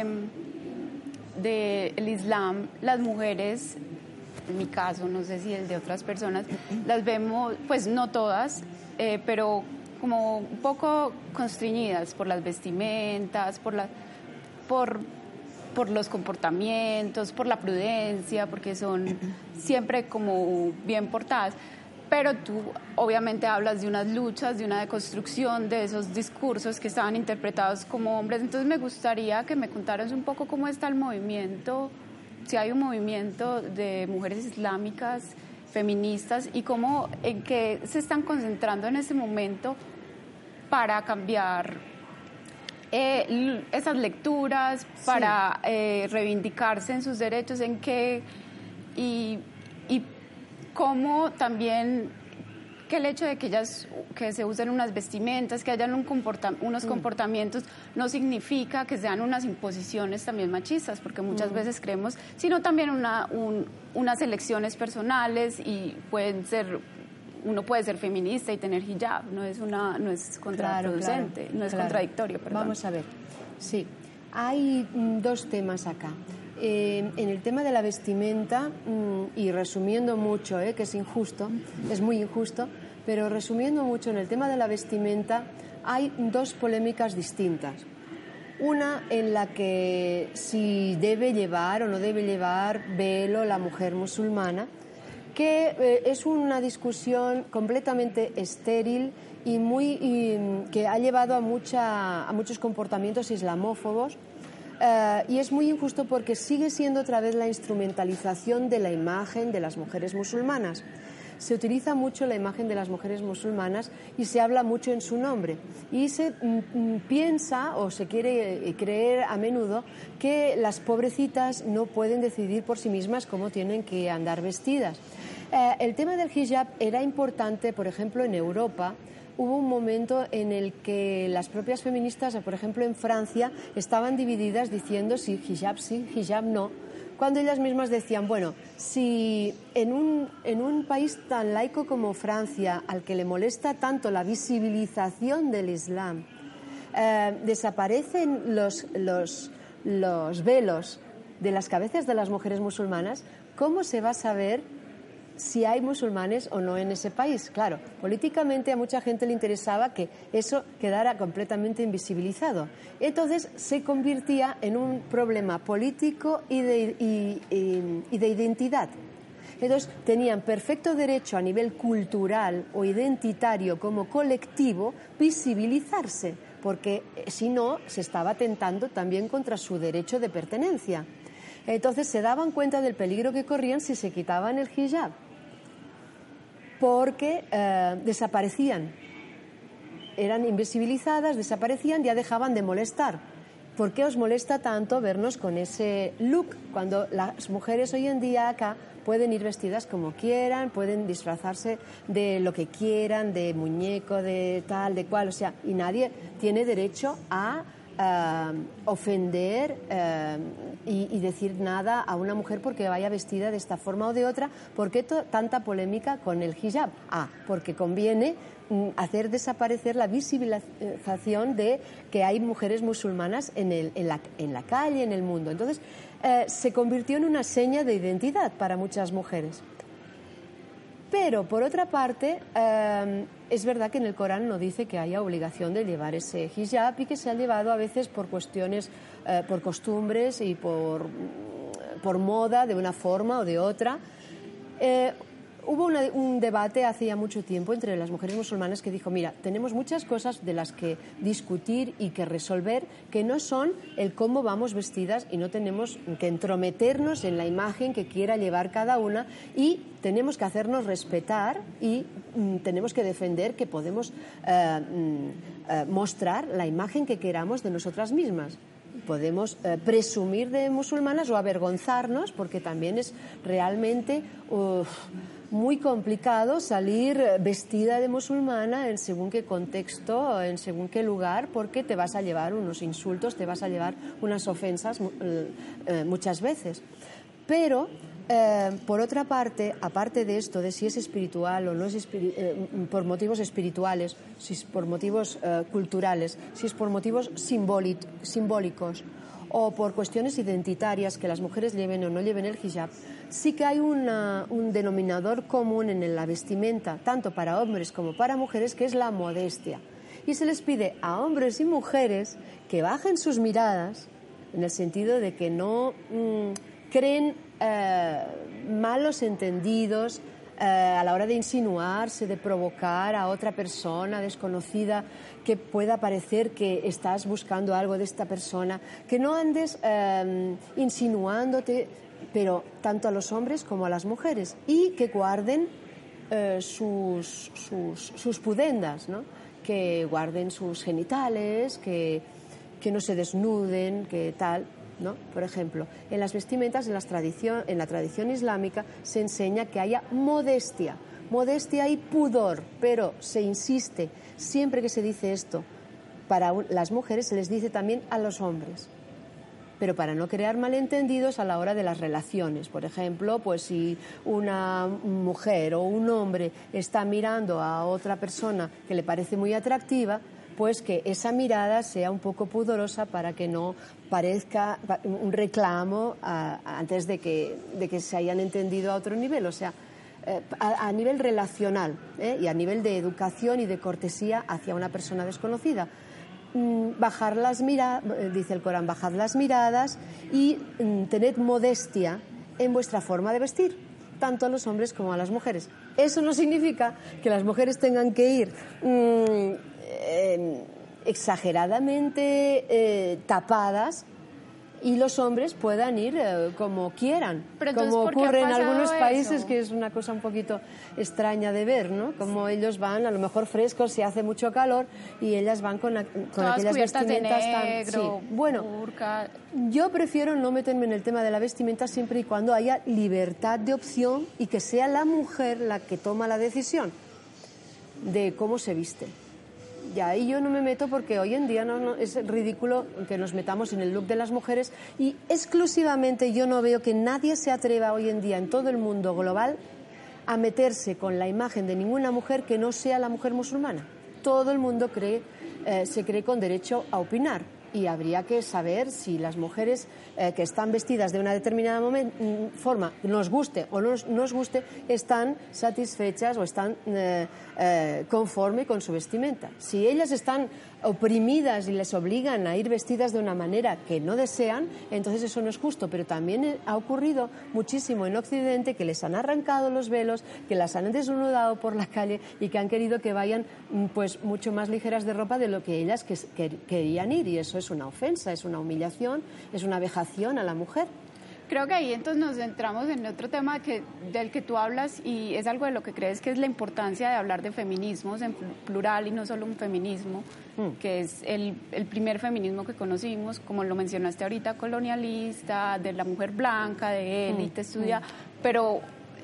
del Islam, las mujeres, en mi caso, no sé si el de otras personas, las vemos, pues no todas, pero como un poco constreñidas por las vestimentas, por los comportamientos, por la prudencia, porque son siempre como bien portadas. Pero tú obviamente hablas de unas luchas, de una deconstrucción de esos discursos que estaban interpretados como hombres. Entonces me gustaría que me contaras un poco cómo está el movimiento, si hay un movimiento de mujeres islámicas feministas y cómo, en qué se están concentrando en este momento para cambiar esas lecturas, para reivindicarse en sus derechos, en qué y cómo también que el hecho de que se usen unas vestimentas, que hayan unos comportamientos, no significa que sean unas imposiciones también machistas, porque muchas veces creemos, sino también unas elecciones personales y uno puede ser feminista y tener hijab, no es contraproducente, no es contradictorio. Perdón. Vamos a ver, sí, hay dos temas acá. En el tema de la vestimenta, y resumiendo mucho, que es injusto, es muy injusto, pero resumiendo mucho, en el tema de la vestimenta hay dos polémicas distintas. Una en la que si debe llevar o no debe llevar velo la mujer musulmana, que es una discusión completamente estéril y que ha llevado a muchos comportamientos islamófobos. Y es muy injusto porque sigue siendo otra vez la instrumentalización de la imagen de las mujeres musulmanas. Se utiliza mucho la imagen de las mujeres musulmanas y se habla mucho en su nombre. Y se piensa o se quiere creer a menudo que las pobrecitas no pueden decidir por sí mismas cómo tienen que andar vestidas. El tema del hijab era importante, por ejemplo, en Europa. Hubo un momento en el que las propias feministas, por ejemplo en Francia, estaban divididas diciendo si hijab sí, hijab no, cuando ellas mismas decían, bueno, si en un país tan laico como Francia, al que le molesta tanto la visibilización del Islam, desaparecen los velos de las cabezas de las mujeres musulmanas, ¿cómo se va a saber si hay musulmanes o no en ese país? Claro, políticamente a mucha gente le interesaba que eso quedara completamente invisibilizado. Entonces se convertía en un problema político y de identidad. Entonces tenían perfecto derecho a nivel cultural o identitario como colectivo visibilizarse, porque si no se estaba atentando también contra su derecho de pertenencia. Entonces se daban cuenta del peligro que corrían si se quitaban el hijab, porque desaparecían, eran invisibilizadas, desaparecían, ya dejaban de molestar. ¿por qué os molesta tanto vernos con ese look? Cuando las mujeres hoy en día acá pueden ir vestidas como quieran, pueden disfrazarse de lo que quieran, de muñeco, de tal, de cual, o sea, y nadie tiene derecho a ofender y decir nada a una mujer porque vaya vestida de esta forma o de otra. ¿Por qué tanta polémica con el hijab? Porque conviene hacer desaparecer la visibilización de que hay mujeres musulmanas en la calle, en el mundo. Entonces, se convirtió en una seña de identidad para muchas mujeres. Pero, por otra parte, es verdad que en el Corán no dice que haya obligación de llevar ese hijab y que se ha llevado a veces por cuestiones, por costumbres y por moda de una forma o de otra. Hubo un debate hace ya mucho tiempo entre las mujeres musulmanas que dijo, mira, tenemos muchas cosas de las que discutir y que resolver que no son el cómo vamos vestidas y no tenemos que entrometernos en la imagen que quiera llevar cada una y tenemos que hacernos respetar y tenemos que defender que podemos mostrar la imagen que queramos de nosotras mismas. Podemos presumir de musulmanas o avergonzarnos porque también es realmente muy complicado salir vestida de musulmana en según qué contexto, en según qué lugar, porque te vas a llevar unos insultos, te vas a llevar unas ofensas muchas veces. Pero, por otra parte, aparte de esto, de si es espiritual o no es por motivos espirituales, si es por motivos culturales, si es por motivos simbólicos o por cuestiones identitarias, que las mujeres lleven o no lleven el hijab, sí que hay un denominador común en la vestimenta, tanto para hombres como para mujeres, que es la modestia. Y se les pide a hombres y mujeres que bajen sus miradas, en el sentido de que no creen malos entendidos a la hora de insinuarse, de provocar a otra persona desconocida, que pueda parecer que estás buscando algo de esta persona, que no andes insinuándote, pero tanto a los hombres como a las mujeres, y que guarden sus pudendas, ¿no? Que guarden sus genitales, que no se desnuden, que tal, ¿no? Por ejemplo, en las vestimentas, en la tradición islámica se enseña que haya modestia y pudor, pero se insiste, siempre que se dice esto para las mujeres, se les dice también a los hombres, pero para no crear malentendidos a la hora de las relaciones. Por ejemplo, pues si una mujer o un hombre está mirando a otra persona que le parece muy atractiva, pues que esa mirada sea un poco pudorosa para que no parezca un reclamo antes de que se hayan entendido a otro nivel. O sea, a nivel relacional y a nivel de educación y de cortesía hacia una persona desconocida. Bajar las miradas, dice el Corán, bajad las miradas y tened modestia en vuestra forma de vestir, tanto a los hombres como a las mujeres. Eso no significa que las mujeres tengan que ir exageradamente tapadas y los hombres puedan ir como quieran, como ocurre en algunos países, que es una cosa un poquito extraña de ver, ¿no? Como ellos van a lo mejor frescos si hace mucho calor y ellas van con aquellas vestimentas de negro, tan... Sí. Bueno, burka. Yo prefiero no meterme en el tema de la vestimenta siempre y cuando haya libertad de opción y que sea la mujer la que toma la decisión de cómo se viste. Y ahí yo no me meto porque hoy en día no es ridículo que nos metamos en el look de las mujeres y exclusivamente yo no veo que nadie se atreva hoy en día en todo el mundo global a meterse con la imagen de ninguna mujer que no sea la mujer musulmana. Todo el mundo se cree con derecho a opinar y habría que saber si las mujeres que están vestidas de una determinada forma, nos guste o no nos guste, están satisfechas o están conforme con su vestimenta. Si ellas están oprimidas y les obligan a ir vestidas de una manera que no desean, entonces eso no es justo. Pero también ha ocurrido muchísimo en Occidente que les han arrancado los velos, que las han desnudado por la calle y que han querido que vayan pues mucho más ligeras de ropa de lo que ellas querían ir, y eso es una ofensa, es una humillación, es una vejación a la mujer. Creo que ahí entonces nos centramos en otro tema del que tú hablas y es algo de lo que crees que es la importancia de hablar de feminismos en plural y no solo un feminismo, que es el primer feminismo que conocimos, como lo mencionaste ahorita, colonialista, de la mujer blanca, de élite, estudia, pero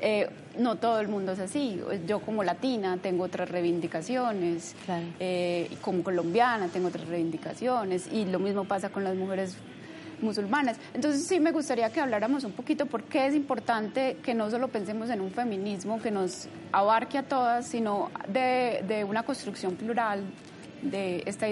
no todo el mundo es así. Yo como latina tengo otras reivindicaciones, claro. Como colombiana tengo otras reivindicaciones y lo mismo pasa con las mujeres musulmanas. Entonces sí me gustaría que habláramos un poquito por qué es importante que no solo pensemos en un feminismo que nos abarque a todas, sino de una construcción plural de esta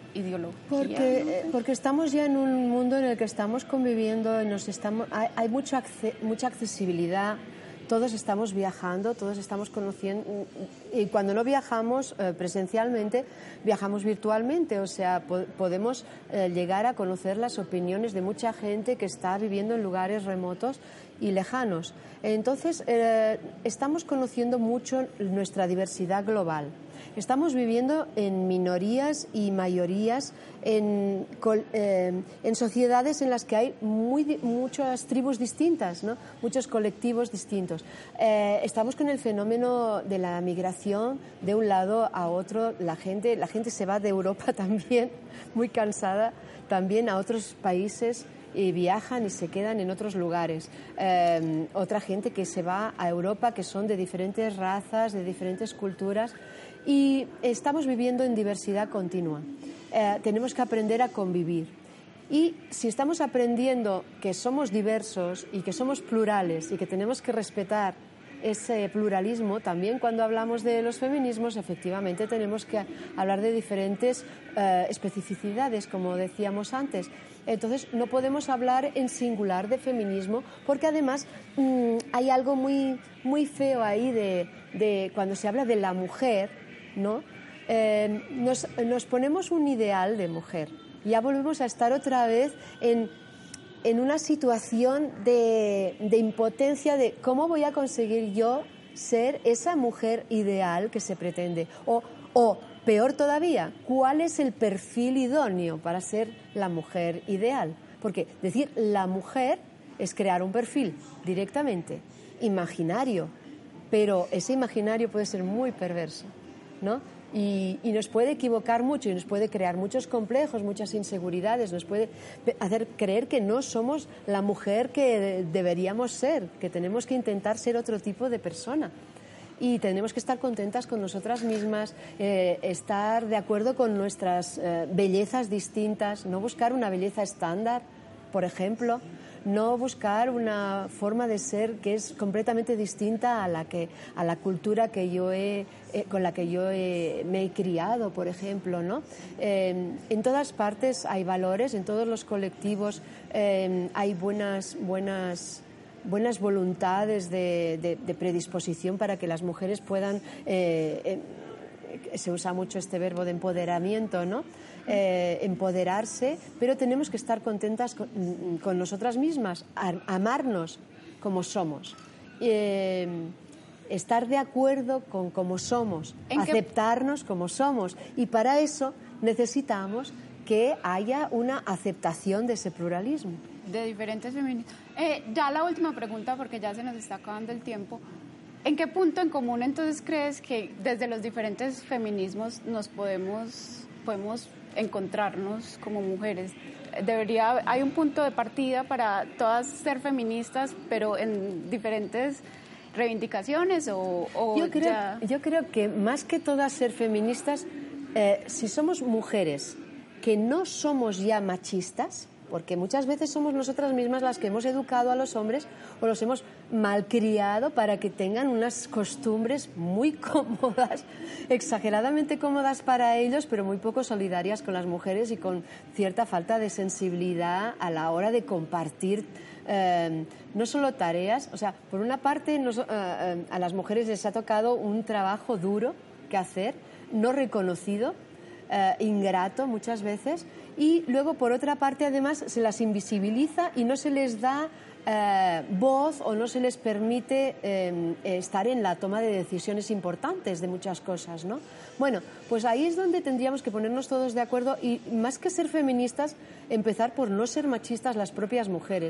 ideología. Porque estamos ya en un mundo en el que estamos conviviendo, hay mucha accesibilidad. Todos estamos viajando, todos estamos conociendo, y cuando no viajamos presencialmente, viajamos virtualmente, o sea, podemos llegar a conocer las opiniones de mucha gente que está viviendo en lugares remotos y lejanos. Entonces, estamos conociendo mucho nuestra diversidad global. Estamos viviendo en minorías y mayorías, en sociedades en las que hay muchas tribus distintas, ¿no? Muchos colectivos distintos. Estamos con el fenómeno de la migración de un lado a otro. La gente se va de Europa también, muy cansada, también a otros países y viajan y se quedan en otros lugares. Otra gente que se va a Europa, que son de diferentes razas, de diferentes culturas. Y estamos viviendo en diversidad continua. Tenemos que aprender a convivir. Y si estamos aprendiendo que somos diversos y que somos plurales y que tenemos que respetar ese pluralismo, también cuando hablamos de los feminismos, efectivamente tenemos que hablar de diferentes especificidades, como decíamos antes. Entonces, no podemos hablar en singular de feminismo, porque además hay algo muy, muy feo ahí de cuando se habla de la mujer, ¿no? Nos ponemos un ideal de mujer. Ya volvemos a estar otra vez en una situación de impotencia de cómo voy a conseguir yo ser esa mujer ideal que se pretende. O peor todavía, ¿cuál es el perfil idóneo para ser la mujer ideal? Porque decir la mujer es crear un perfil directamente, imaginario, pero ese imaginario puede ser muy perverso, ¿no? Y nos puede equivocar mucho y nos puede crear muchos complejos, muchas inseguridades, nos puede hacer creer que no somos la mujer que deberíamos ser, que tenemos que intentar ser otro tipo de persona. Y tenemos que estar contentas con nosotras mismas, estar de acuerdo con nuestras bellezas distintas, no buscar una belleza estándar, por ejemplo, no buscar una forma de ser que es completamente distinta a la cultura que con la que yo me he criado, por ejemplo, ¿no? En todas partes hay valores, en todos los colectivos hay buenas voluntades de predisposición para que las mujeres puedan, se usa mucho este verbo de empoderamiento, ¿no? Empoderarse, pero tenemos que estar contentas con nosotras mismas, amarnos como somos, estar de acuerdo con cómo somos, aceptarnos como somos, y para eso necesitamos que haya una aceptación de ese pluralismo. De diferentes feminismos. Ya la última pregunta, porque ya se nos está acabando el tiempo. ¿En qué punto en común entonces crees que desde los diferentes feminismos nos podemos encontrarnos como mujeres? ¿Hay un punto de partida para todas ser feministas, pero en diferentes reivindicaciones? Yo creo que más que todas ser feministas, si somos mujeres que no somos ya machistas, porque muchas veces somos nosotras mismas las que hemos educado a los hombres o los hemos malcriado para que tengan unas costumbres muy cómodas, exageradamente cómodas para ellos, pero muy poco solidarias con las mujeres y con cierta falta de sensibilidad a la hora de compartir no solo tareas. O sea, por una parte a las mujeres les ha tocado un trabajo duro que hacer, no reconocido, ingrato muchas veces, y luego por otra parte además se las invisibiliza y no se les da voz o no se les permite estar en la toma de decisiones importantes de muchas cosas, ¿no? Bueno, pues ahí es donde tendríamos que ponernos todos de acuerdo y más que ser feministas, empezar por no ser machistas las propias mujeres.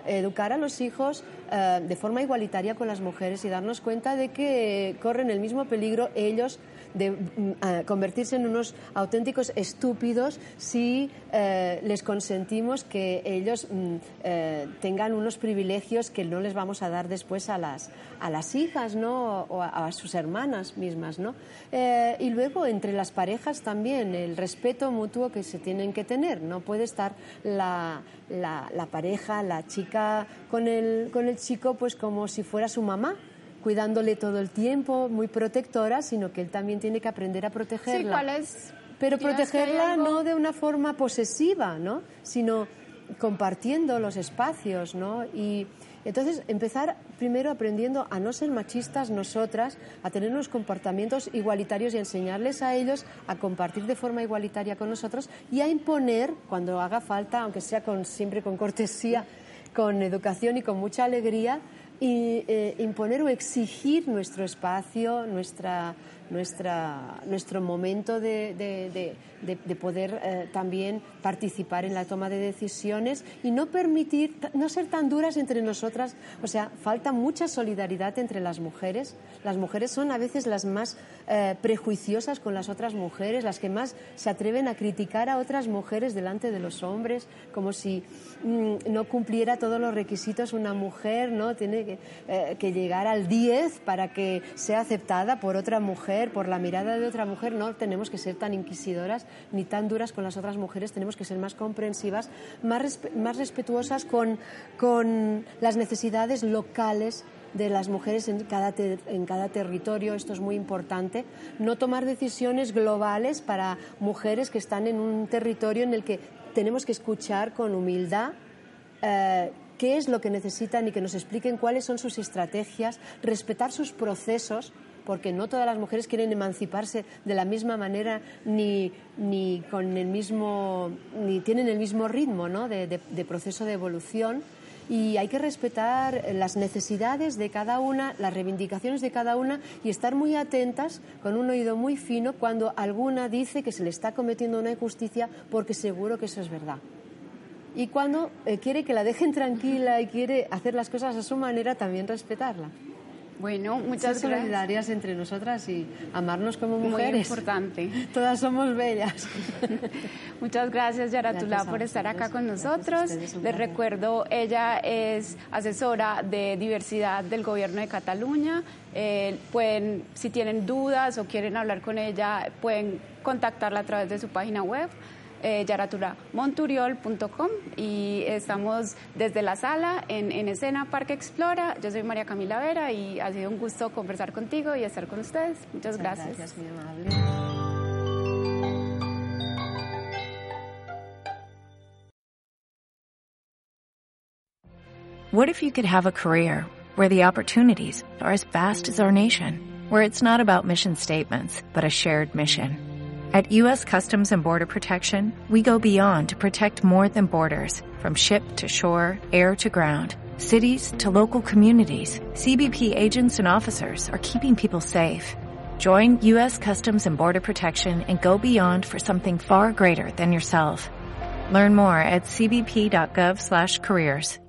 educar a los hijos de forma igualitaria con las mujeres y darnos cuenta de que corren el mismo peligro ellos de convertirse en unos auténticos estúpidos si les consentimos que ellos tengan unos privilegios que no les vamos a dar después a las hijas, ¿no? O a sus hermanas mismas, ¿no? Y luego entre las parejas también el respeto mutuo que se tienen que tener. No puede estar la pareja, la chica con el chico pues como si fuera su mamá, cuidándole todo el tiempo, muy protectora, sino que él también tiene que aprender a protegerla. Sí, ¿cuál es? Pero protegerla no de una forma posesiva, ¿no? Sino compartiendo los espacios, ¿no? Y entonces empezar primero aprendiendo a no ser machistas nosotras, a tener unos comportamientos igualitarios y enseñarles a ellos a compartir de forma igualitaria con nosotros y a imponer cuando haga falta, aunque sea siempre con cortesía, con educación y con mucha alegría, y imponer o exigir nuestro espacio, nuestro momento de poder también participar en la toma de decisiones y no permitir, no ser tan duras entre nosotras. O sea, falta mucha solidaridad entre las mujeres. Las mujeres son a veces las más prejuiciosas con las otras mujeres, las que más se atreven a criticar a otras mujeres delante de los hombres, como si no cumpliera todos los requisitos una mujer, ¿no? Tiene que llegar al 10 para que sea aceptada por otra mujer, por la mirada de otra mujer. No tenemos que ser tan inquisidoras ni tan duras con las otras mujeres, tenemos que ser más comprensivas, más respetuosas con las necesidades locales de las mujeres en cada territorio. Esto es muy importante. No tomar decisiones globales para mujeres que están en un territorio en el que tenemos que escuchar con humildad qué es lo que necesitan y que nos expliquen cuáles son sus estrategias, respetar sus procesos, porque no todas las mujeres quieren emanciparse de la misma manera ni tienen el mismo ritmo, ¿no? de proceso de evolución. Y hay que respetar las necesidades de cada una, las reivindicaciones de cada una y estar muy atentas, con un oído muy fino, cuando alguna dice que se le está cometiendo una injusticia, porque seguro que eso es verdad. Y cuando quiere que la dejen tranquila y quiere hacer las cosas a su manera, también respetarla. Bueno, muchas Ser gracias. solidarias entre nosotras y amarnos como mujeres. Muy importante. Todas somos bellas. Muchas gracias, Yaratulá, por estar acá con nosotros. Les recuerdo, ella es asesora de diversidad del Gobierno de Cataluña. Si tienen dudas o quieren hablar con ella, pueden contactarla a través de su página web, yaraturamonturiol.com, y estamos desde la sala en Escena Parque Explora. Yo soy María Camila Vera y ha sido un gusto conversar contigo y estar con ustedes. Muchas gracias. Gracias, muy amable. What if you could have a career where the opportunities are as vast as our nation, where it's not about mission statements, but a shared mission? At U.S. Customs and Border Protection, we go beyond to protect more than borders. From ship to shore, air to ground, cities to local communities, CBP agents and officers are keeping people safe. Join U.S. Customs and Border Protection and go beyond for something far greater than yourself. Learn more at cbp.gov/careers.